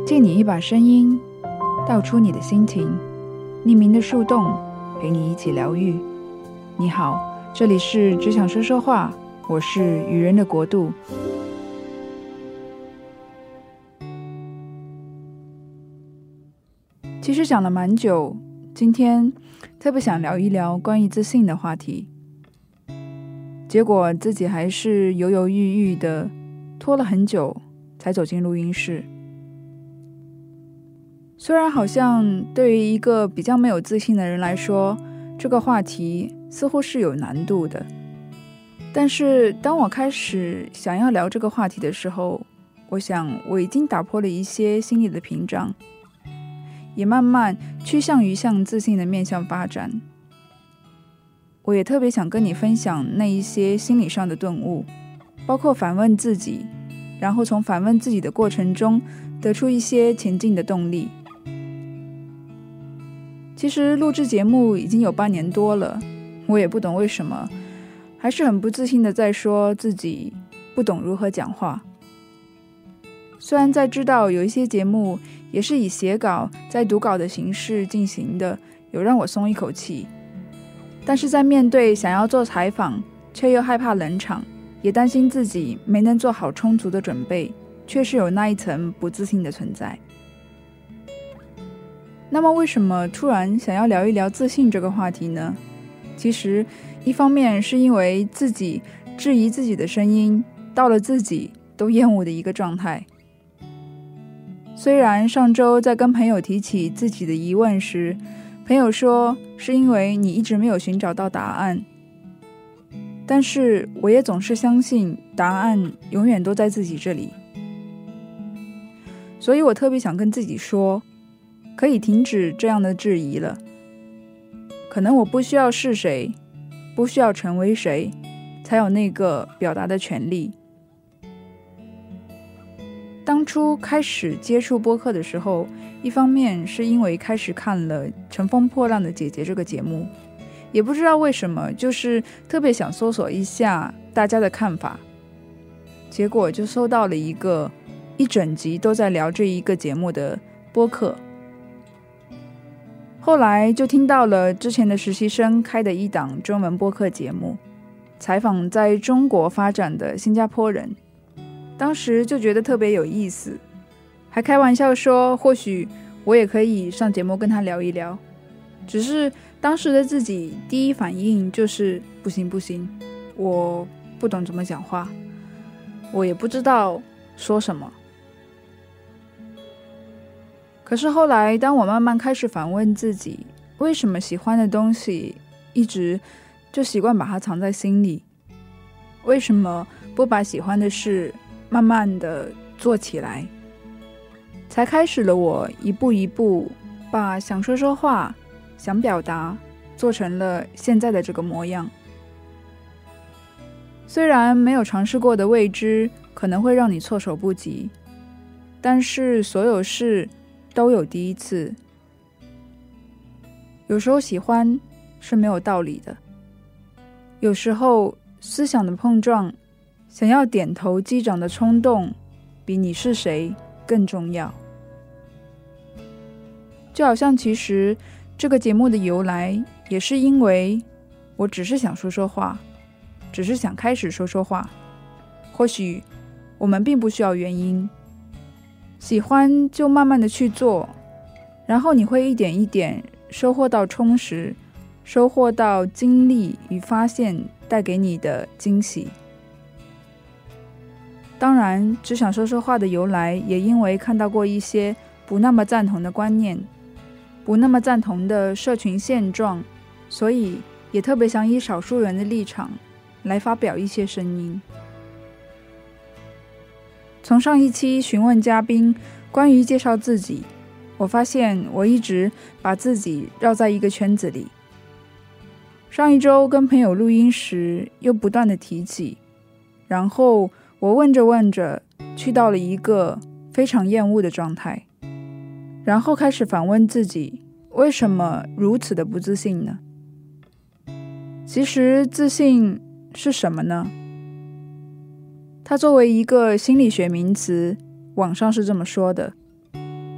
借你一把声音，道出你的心情，匿名的树洞，陪你一起疗愈。你好，这里是只想说说话，我是愚人的国度。其实想了蛮久，今天特别想聊一聊关于自信的话题，结果自己还是犹犹豫豫的拖了很久才走进录音室。虽然好像对于一个比较没有自信的人来说，这个话题似乎是有难度的，但是当我开始想要聊这个话题的时候，我想我已经打破了一些心理的屏障，也慢慢趋向于向自信的面向发展。我也特别想跟你分享那一些心理上的顿悟，包括反问自己，然后从反问自己的过程中得出一些前进的动力。其实录制节目已经有8年多了，我也不懂为什么还是很不自信的在说自己不懂如何讲话。虽然在知道有一些节目也是以写稿在读稿的形式进行的，有让我松一口气，但是在面对想要做采访却又害怕冷场，也担心自己没能做好充足的准备，确实有那一层不自信的存在。那么为什么突然想要聊一聊自信这个话题呢？其实一方面是因为自己质疑自己的声音到了自己都厌恶的一个状态。虽然上周在跟朋友提起自己的疑问时，朋友说是因为你一直没有寻找到答案，但是我也总是相信答案永远都在自己这里。所以我特别想跟自己说，可以停止这样的质疑了。可能我不需要是谁，不需要成为谁，才有那个表达的权利。当初开始接触播客的时候，一方面是因为开始看了《乘风破浪的姐姐》这个节目，也不知道为什么，就是特别想搜索一下大家的看法，结果就搜到了一个一整集都在聊这一个节目的播客。后来就听到了之前的实习生开的一档中文播客节目，采访在中国发展的新加坡人，当时就觉得特别有意思，还开玩笑说或许我也可以上节目跟他聊一聊。只是当时的自己第一反应就是不行，我不懂怎么讲话，我也不知道说什么。可是后来当我慢慢开始反问自己，为什么喜欢的东西一直就习惯把它藏在心里，为什么不把喜欢的事慢慢的做起来，才开始了我一步一步把想说说话想表达做成了现在的这个模样。虽然没有尝试过的未知可能会让你措手不及，但是所有事都有第一次。有时候喜欢是没有道理的，有时候思想的碰撞，想要点头击掌的冲动比你是谁更重要。就好像其实这个节目的由来也是因为我只是想说说话，只是想开始说说话。或许我们并不需要原因，喜欢就慢慢的去做，然后你会一点一点收获到充实，收获到经历与发现带给你的惊喜。当然只想说说话的由来也因为看到过一些不那么赞同的观念，不那么赞同的社群现状，所以也特别想以少数人的立场来发表一些声音。从上一期询问嘉宾关于介绍自己，我发现我一直把自己绕在一个圈子里。上一周跟朋友录音时又不断的提起，然后我问着问着去到了一个非常厌恶的状态，然后开始反问自己，为什么如此的不自信呢？其实自信是什么呢？它作为一个心理学名词，网上是这么说的，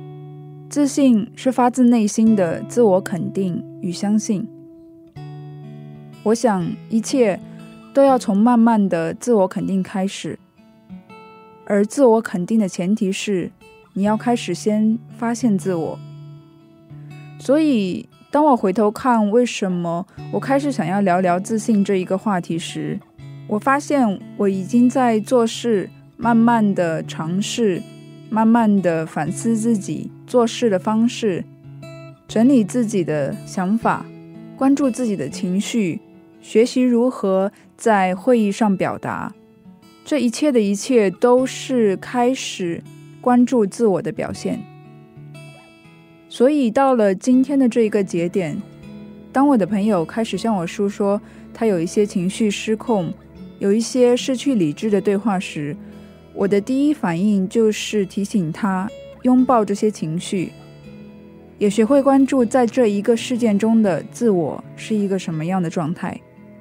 自信是发自内心的自我肯定与相信。我想一切都要从慢慢的自我肯定开始，而自我肯定的前提是你要开始先发现自我。所以当我回头看为什么我开始想要聊聊自信这一个话题时，我发现我已经在做事，慢慢的尝试，慢慢的反思自己做事的方式，整理自己的想法，关注自己的情绪，学习如何在会议上表达。这一切的一切都是开始关注自我的表现。所以到了今天的这一个节点，当我的朋友开始向我诉说他有一些情绪失控，有一些失去理智的对话时，我的第一反应就是提醒他拥抱这些情绪，也学会关注在这一个事件中的自我是一个什么样的状态。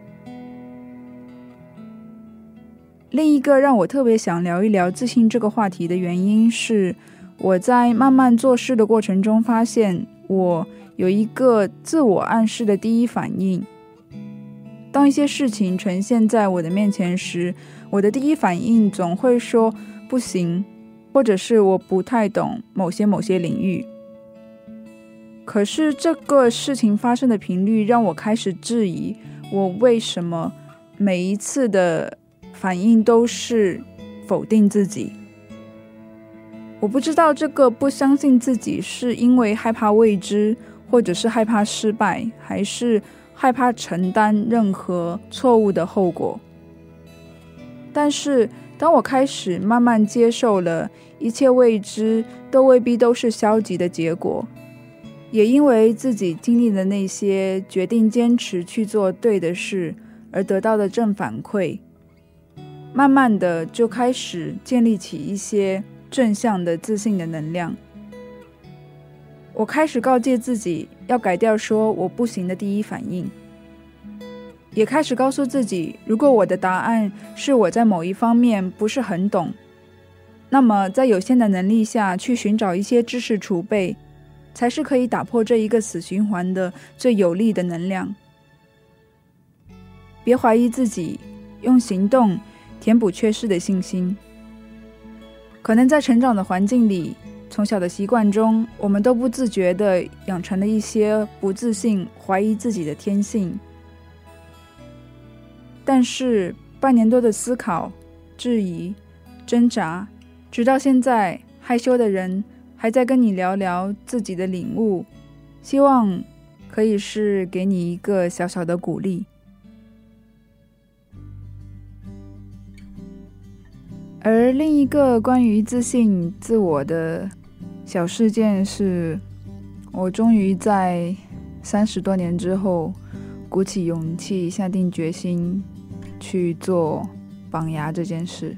另一个让我特别想聊一聊自信这个话题的原因是，我在慢慢做事的过程中发现，我有一个自我暗示的第一反应。当一些事情呈现在我的面前时，我的第一反应总会说不行，或者是我不太懂某些领域。可是这个事情发生的频率让我开始质疑，我为什么每一次的反应都是否定自己。我不知道这个不相信自己是因为害怕未知，或者是害怕失败，还是害怕承担任何错误的后果。但是当我开始慢慢接受了一切未知都未必都是消极的结果，也因为自己经历的那些决定坚持去做对的事而得到的正反馈，慢慢的就开始建立起一些正向的自信的能量。我开始告诫自己要改掉说我不行的第一反应，也开始告诉自己，如果我的答案是我在某一方面不是很懂，那么在有限的能力下去寻找一些知识储备，才是可以打破这一个死循环的最有力的能量。别怀疑自己，用行动填补缺失的信心。可能在成长的环境里，从小的习惯中，我们都不自觉地养成了一些不自信、怀疑自己的天性。但是半年多的思考、质疑、挣扎，直到现在，害羞的人还在跟你聊聊自己的领悟，希望可以是给你一个小小的鼓励。而另一个关于自信自我的小事件是，我终于在30多年之后鼓起勇气下定决心去做绑牙这件事。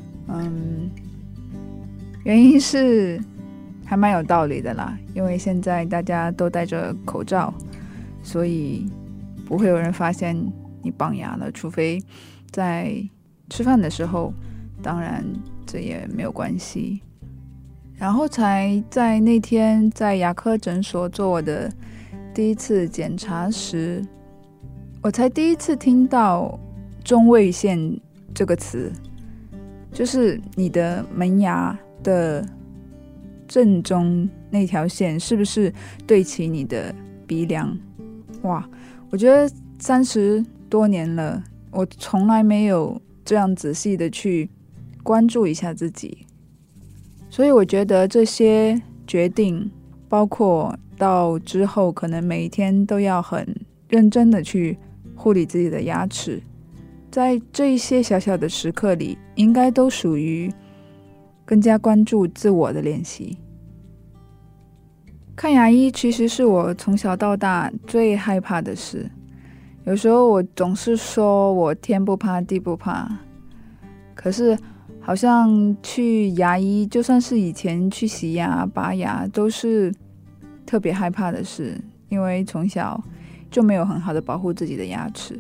原因是还蛮有道理的啦，因为现在大家都戴着口罩，所以不会有人发现你绑牙了，除非在吃饭的时候，当然这也没有关系。然后才在那天在牙科诊所做我的第一次检查时，我才第一次听到中位线这个词，就是你的门牙的正中那条线是不是对齐你的鼻梁。哇，我觉得30多年了，我从来没有这样仔细的去关注一下自己。所以我觉得这些决定，包括到之后可能每一天都要很认真的去护理自己的牙齿，在这一些小小的时刻里，应该都属于更加关注自我的练习。看牙医其实是我从小到大最害怕的事，有时候我总是说我天不怕地不怕，可是好像去牙医，就算是以前去洗牙拔牙，都是特别害怕的事，因为从小就没有很好的保护自己的牙齿。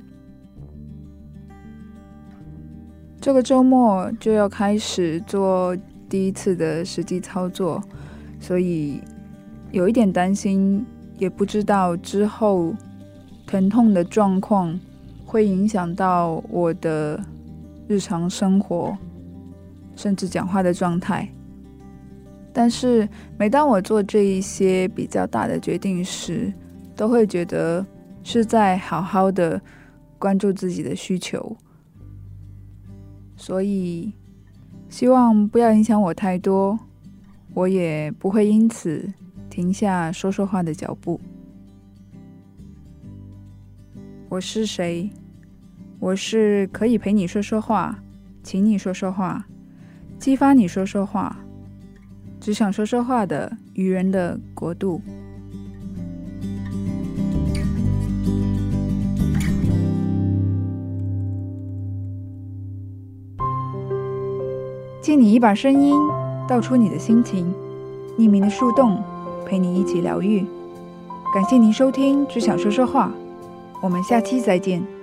这个周末就要开始做第一次的实际操作，所以有一点担心，也不知道之后疼痛的状况会影响到我的日常生活，甚至讲话的状态。但是每当我做这一些比较大的决定时，都会觉得是在好好的关注自己的需求，所以希望不要影响我太多，我也不会因此停下说说话的脚步。我是谁？我是可以陪你说说话，请你说说话，激发你说说话，只想说说话的愚人的国度。借你一把声音，道出你的心情，匿名的树洞，陪你一起疗愈。感谢您收听《只想说说话》，我们下期再见。